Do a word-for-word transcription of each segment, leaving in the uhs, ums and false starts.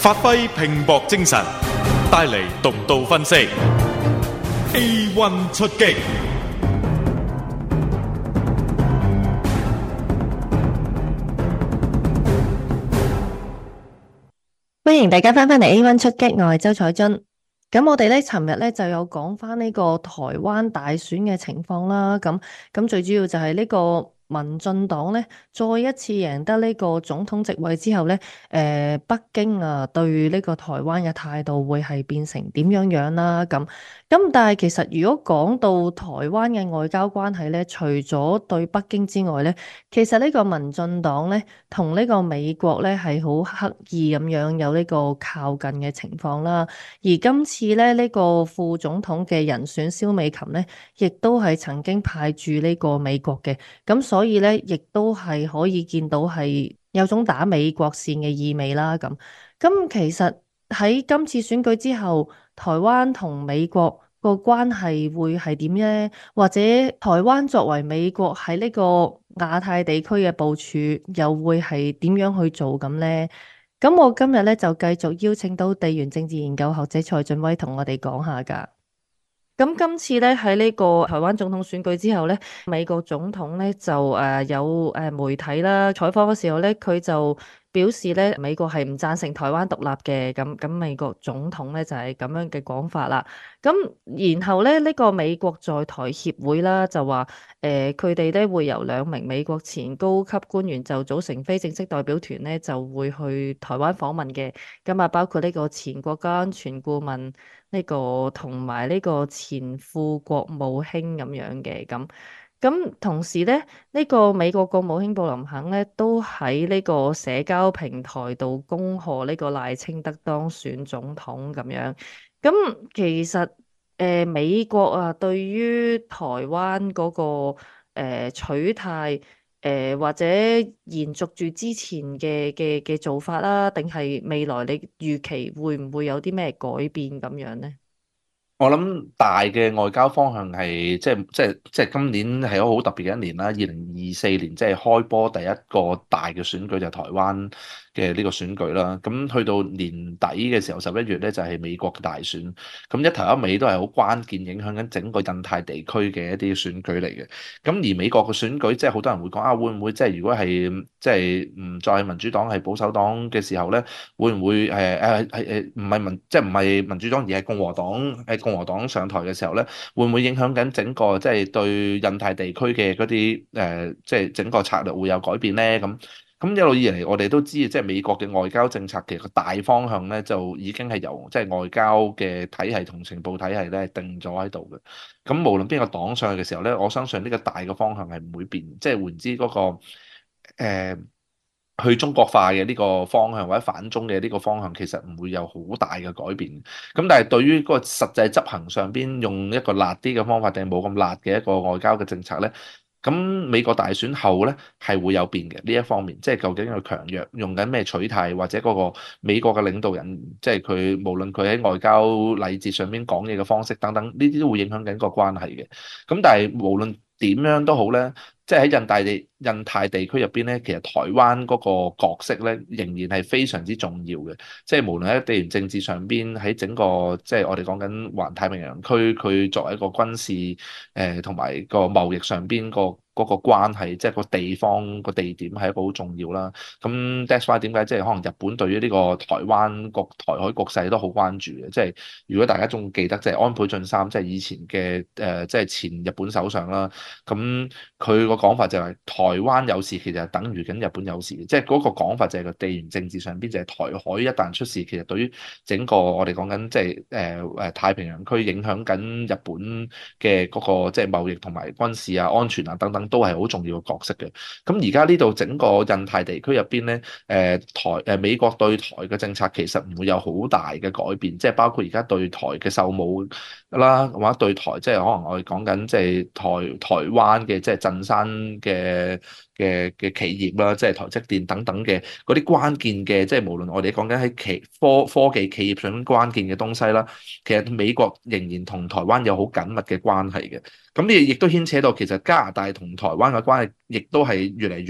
發揮拼搏精神，帶嚟獨到分析。A one 出擊。 歡迎大家翻返嚟 A one 出擊，我係周彩津。咁我哋咧，尋日咧就有講翻呢個台灣大選嘅情況啦。咁咁最主要就係呢個民進黨咧，再一次贏得呢個總統席位之後咧，誒、呃、北京啊對呢個台灣嘅態度會係變成點樣樣啦？咁咁但係其實如果講到台灣嘅外交關係咧，除咗對北京之外咧，其實呢個民進黨咧同呢個美國咧係好刻意咁樣有呢個靠近嘅情況啦。而今次咧呢個副總統嘅人選蕭美琴咧，亦都係曾經派駐呢個美國嘅，咁所以咧亦都係可以見到係有種打美國線嘅意味啦。咁咁其實喺今次選舉之後，台灣同美國個關係會係點呢？或者台灣作為美國喺呢個亞太地區嘅部署，又會係點樣去做咁呢？咁我今日咧就繼續邀請到地緣政治研究學者蔡俊威同我哋講下噶。咁今次咧喺呢個台灣總統選舉之後咧，美國總統咧就誒、呃、有誒媒體啦採訪嘅時候咧，佢就表示咧美國係唔贊成台灣獨立嘅。咁咁美國總統咧就係、是、咁樣嘅講法啦。咁然後咧呢、這個美國在台協會啦就話誒佢哋咧會由兩名美國前高級官員就組成非正式代表團咧，就會去台灣訪問嘅。咁啊包括呢個前國家安全顧問。呢個同埋呢個前副國務卿咁樣嘅。咁咁同時咧，呢個美國國務卿布林肯咧都喺呢個社交平台度恭賀呢個賴清德當選總統咁樣。咁其實誒、呃、美國啊對於台灣嗰、個誒、呃、取態。誒、呃、或者延續住之前嘅嘅嘅做法啦，定係未來你預期會唔會有啲咩改變咁樣呢？ 我諗大嘅外交方向係即係即係即係今年係一個好特別嘅一年啦。二零二四年即係開波第一個大嘅選舉就係台灣嘅呢個選舉啦。咁去到年底嘅時候，十一月咧就係美國嘅大選。咁一頭一尾都係好關鍵，影響緊整個印太地區嘅一啲選舉嚟嘅。咁而美國嘅選舉，即係好多人會講啊，會唔會即係如果係即係唔再係民主黨係保守黨嘅時候咧，會唔會誒誒係誒唔係民即係唔係民主黨而係共和黨誒共和黨上台嘅時候咧，會唔會影響緊整個即係對印太地區嘅嗰啲誒即係整個策略會有改變咧？咁咁一路以嚟，我哋都知即係美國嘅外交政策其實個大方向咧，就已經係由即係外交嘅體系同情報體系咧定咗喺度嘅。咁無論邊個黨上去嘅時候咧，我相信呢個大嘅方向係唔會變，即係換言之嗰個誒去中國化嘅呢個方向或者反中嘅呢個方向，其實唔會有好大嘅改變。咁但係對於嗰個實際執行上邊，用一個辣啲嘅方法定係冇咁辣嘅一個外交嘅政策咧，咁美國大選後咧係會有變嘅呢一方面，即係究竟佢強弱用緊咩取態，或者嗰個美國嘅領導人，即係佢無論佢喺外交禮節上邊講嘢嘅方式等等，呢啲都會影響緊個關係嘅。咁但係無論點樣都好咧，即係喺印大地印太地區入邊咧，其實台灣嗰個角色咧仍然係非常之重要嘅。即係無論喺地緣政治上邊，喺整個即係我哋講緊環太平洋區，佢作為一個軍事誒同埋個貿易上邊個嗰個關係，即係個地方個地點係一個好重要啦。咁 that's why 點解即係可能日本對於呢個台灣局台海局勢都好關注嘅。即係如果大家仲記得，即係安倍晉三，即係以前嘅誒，即係前日本首相啦。咁佢個講法就係台灣有事，其實係等於緊日本有事嘅。即係嗰個講法就係個地緣政治上邊就係台海一旦出事，其實對於整個我哋講緊即係誒誒太平洋區影響緊日本嘅嗰個即係貿易同埋軍事啊、安全啊等等，都係好重要嘅角色嘅。咁而家呢度整個印太地區入邊咧，誒、呃、台誒、呃、美國對台嘅政策其實唔會有好大嘅改變，即係包括而家對台嘅售武啦，或者對台即係可能我哋講緊即係台台灣嘅即係鎮山嘅嘅嘅企業啦，即係台積電等等嘅嗰啲關鍵嘅，即係無論我哋講緊喺企科科技企業上面關鍵嘅東西啦，其實美國仍然同台灣有好緊密嘅關係嘅。咁呢亦都牽扯到其實加拿大同台灣嘅關係，亦都係越嚟越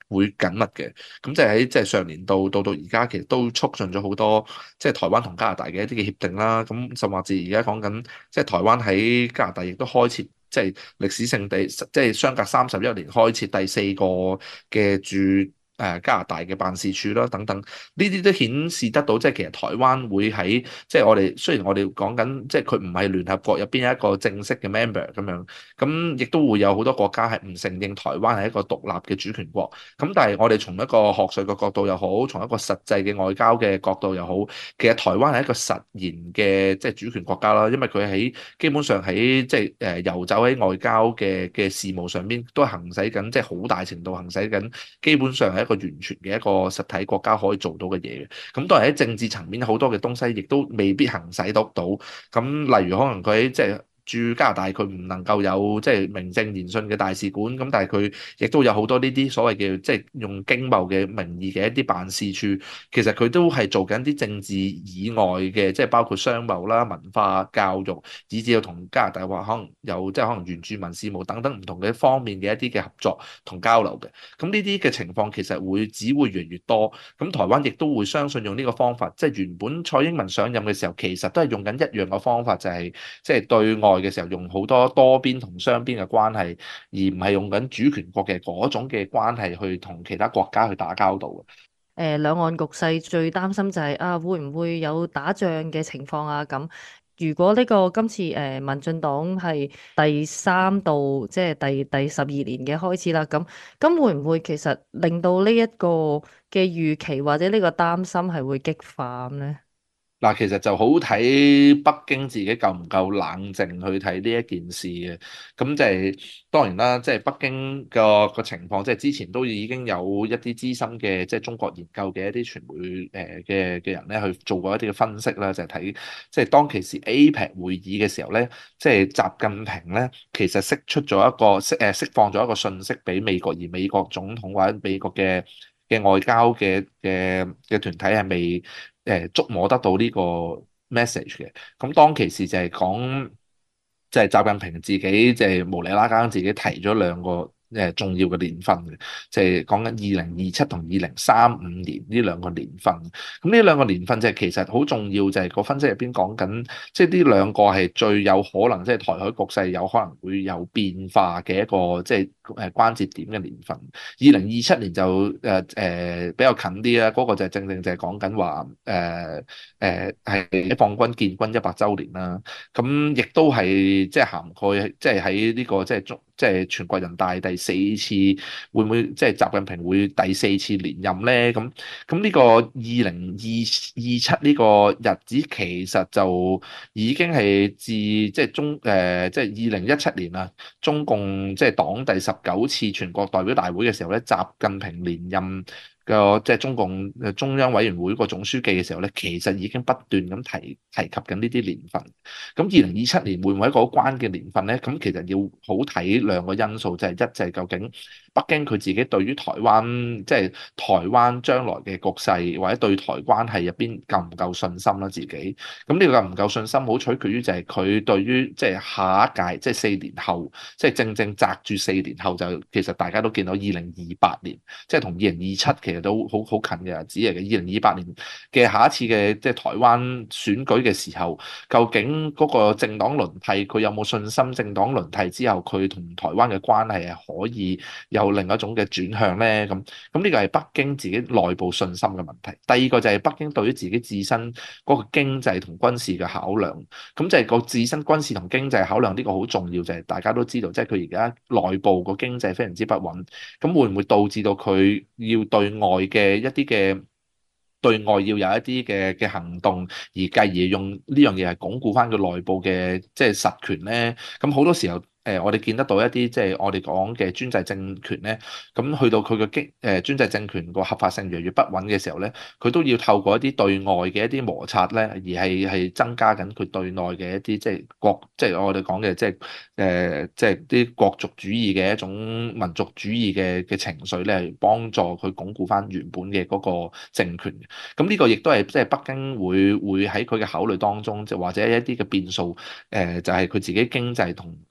會緊密嘅。咁即係喺即係上年到到到而家，其實都促進咗好多即係台灣同加拿大嘅一啲嘅協定啦。咁甚至而家講緊即係台灣喺加拿大亦都開設即係歷史性地，即係相隔三十一年開設第四個嘅駐誒加拿大嘅辦事處啦，等等，呢啲都顯示得到，即係其實台灣會喺即係我哋雖然我哋講緊，即係佢唔係聯合國入邊一個正式嘅 member 咁樣，咁亦都會有好多國家係唔承認台灣係一個獨立嘅主權國。咁但係我哋從一個學術嘅角度又好，從一個實際嘅外交嘅角度又好，其實台灣係一個實然嘅即係主權國家啦，因為佢喺基本上喺即係誒遊走喺外交嘅嘅事務上邊，都行使緊即係好大程度行使緊，基本上係一個完全嘅一個實體國家可以做到嘅嘢嘅。咁當然喺政治層面好多嘅東西，亦都未必行使得到。咁例如可能佢喺即係駐加拿大，佢唔能夠有即係名正言順嘅大使館，咁但係佢亦都有好多呢啲所謂嘅即係用經貿嘅名義嘅一啲辦事處，其實佢都係做緊啲政治以外嘅，即係包括商貿啦、文化、教育，以至到同加拿大話可能有即係可能原住民事務等等唔同嘅方面嘅一啲嘅合作同交流嘅。咁呢啲嘅情況其實會只會越嚟越多。咁台灣亦都會相信用呢個方法，即係原本蔡英文上任嘅時候，其實都係用緊一樣嘅方法，就係即係對外嘅時候用好多多邊同雙邊嘅關係，而唔係用緊主權國嘅嗰種嘅關係去同其他國家去打交道嘅。 誒，兩岸局勢最擔心就係啊，會唔會有打仗嘅情況啊？咁如果呢個今次誒民進黨係第三度，即係第第十二年嘅開始啦，咁咁會唔會其實令到呢一個嘅預期或者呢個擔心係會激化呢？ 嗱，其實就好睇北京自己夠唔夠冷靜去睇呢一件事嘅。咁即係當然啦，即係北京個個情況，即係之前都已經有一啲資深嘅即係中國研究嘅一啲傳媒誒嘅嘅人咧去做過一啲嘅分析啦，就係睇即係當其時 A P E C 會議嘅時候咧，即係習近平咧其實釋出咗一個釋誒釋放咗一個訊息俾美國，而美國總統或者美國嘅嘅外交嘅嘅嘅團體係未誒觸摸得到呢個 message 嘅。咁當其時就係講，就係習近平自己即係無厘啦更自己提咗兩個誒重要嘅年份嘅，就係講緊二零二七同二零三五年呢兩個年份。咁呢兩個年份就係其實好重要，就係個分析入邊講緊，即係呢兩個係最有可能即係台海局勢有可能會有變化嘅一個即係誒關節點嘅年份。二零二七年就誒誒、呃、比較近啲啦，嗰、那個就係正正就係講緊話誒誒係解放軍建軍一百週年啦。咁亦都係即係涵蓋，即係喺呢個即係中即係全國人大第四次會唔會即係習近平會第四次連任咧？咁咁呢個二零二二七呢個日子其實就已經係自即係中誒即係二零一七年啊，中共即係黨第十九次全國代表大會嘅時候咧，習近平連任個即係中共中央委員會個總書記嘅時候咧，其實已經不斷咁提提及緊呢啲年份。咁二零二七年會唔會一個好關鍵嘅年份咧？咁其實要好睇兩個因素，就係一就係究竟北京佢自己對於台灣即係台灣將來嘅局勢，或者對台關係入邊夠唔夠信心啦自己。咁呢個夠唔夠信心，好取決於就係佢對於即係下一屆即係四年後，即係正正擲住四年後就其實大家都見到二零二八年，即係同二零二七其實都好好近嘅日子嚟嘅。二零二八年嘅下一次嘅即係台灣選舉嘅時候，究竟嗰個政黨輪替佢有冇信心？政黨輪替之後，佢同台灣嘅關係係可以有另一種嘅轉向咧？咁咁呢個係北京自己內部信心嘅問題。第二個就係北京對於自己自身嗰個經濟同軍事嘅考量。咁就係個自身軍事同經濟考量呢個好重要，就係大家都知道，即係佢而家內部個經濟非常之不穩。咁會唔會導致到佢要對外嘅一啲嘅對外要有一啲嘅嘅行動，而繼而用呢樣嘢係鞏固翻佢內部嘅即係實權咧？咁好多時候。誒、呃，我哋見得到一啲即係我哋講嘅專制政權咧，咁去到佢嘅經誒專制政權個合法性越嚟越不穩嘅時候咧，佢都要透過一啲對外嘅一啲摩擦咧，而係係增加緊佢對內嘅一啲即係國，即係我哋講嘅即係誒，即係啲國族主義嘅一種民族主義嘅嘅情緒咧，嚟幫助佢鞏固翻原本嘅嗰個政權。咁呢個亦都係即係北京會會喺佢嘅考慮當中，就或者一啲嘅變數誒、呃，就係、是、佢自己經濟同誒。呃政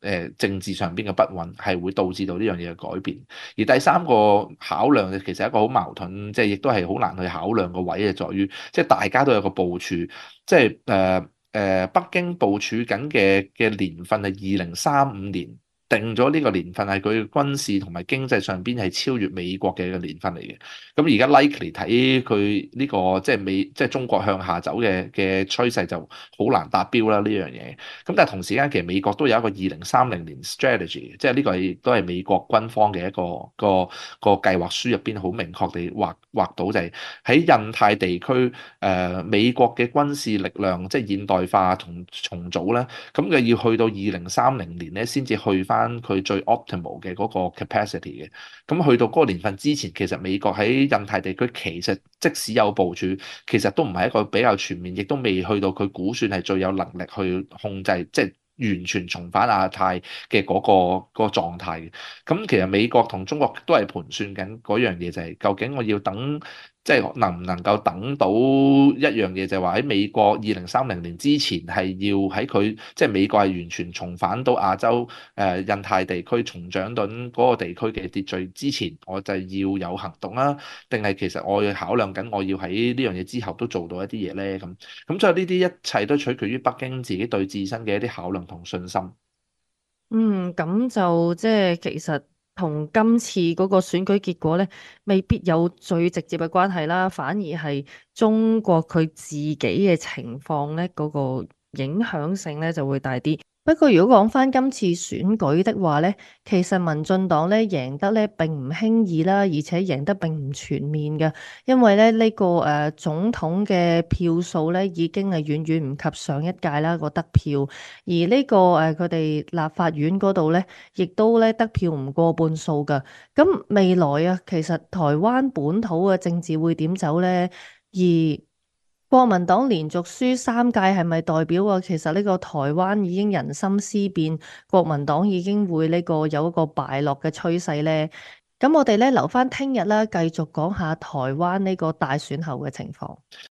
政治上邊嘅不穩，係會導致到呢樣嘢嘅改變。而第三個考量其實係一個好矛盾，即係亦都係好難去考量個位，係在於即係大家都有個部署，即係誒誒北京部署緊嘅嘅年份係二零三五年。定咗呢個年份係佢軍事同埋經濟上邊係超越美國嘅一個年份嚟嘅。咁而家 likely 睇佢呢個即係美即係中國向下走嘅嘅趨勢就好難達標啦呢樣嘢。咁但係同時間其實美國都有一個二零三零年 strategy，即係呢個係都係美國軍方嘅一個個個計劃書入邊好明確地畫畫到，就係喺印太地區誒、呃、美國嘅軍事力量即係現代化同重組咧，咁佢要去到二零三零年咧先至去翻佢最 optimal 嘅嗰個 capacity 嘅。咁去到嗰個年份之前，其實美國喺印太地區其實即使有部署，其實都唔係一個比較全面，亦都未去到佢估算係最有能力去控制，即係完全重返亞太嘅嗰個嗰個狀態嘅。咁其實美國同中國都係盤算緊嗰樣嘢，就係究竟我要等。即係能唔能夠等到一樣嘢，就係話喺美國二零三零年之前係要喺佢即係美國係完全重返到亞洲誒、呃、印太地區重掌到嗰個地區嘅秩序之前，我就要有行動啦。定係其實我要考量緊，我要喺呢樣嘢之後都做到一啲嘢咧。咁咁所以呢啲一切都取決於北京自己對自身嘅一啲考量同信心。 嗯，咁就即係其實同今次嗰個選舉結果咧，未必有最直接嘅關係啦，反而係中國佢自己嘅情況咧，嗰個影響性咧就會大啲。不過如果講翻今次選舉的話咧，其實民進黨咧贏得咧並唔輕易啦，而且贏得並唔全面嘅，因為咧呢個誒總統嘅票數咧已經係遠遠唔及上一屆啦個得票，而呢個誒佢哋立法院嗰度咧，亦都咧得票唔過半數噶。咁未來啊，其實台灣本土嘅政治會點走咧？而國民黨連續輸三屆係咪代表啊？其實呢個台灣已經人心思變，國民黨已經會呢個有一個敗落嘅趨勢呢？咁我哋咧留翻聽日啦，繼續講下台灣呢個大選後嘅情況。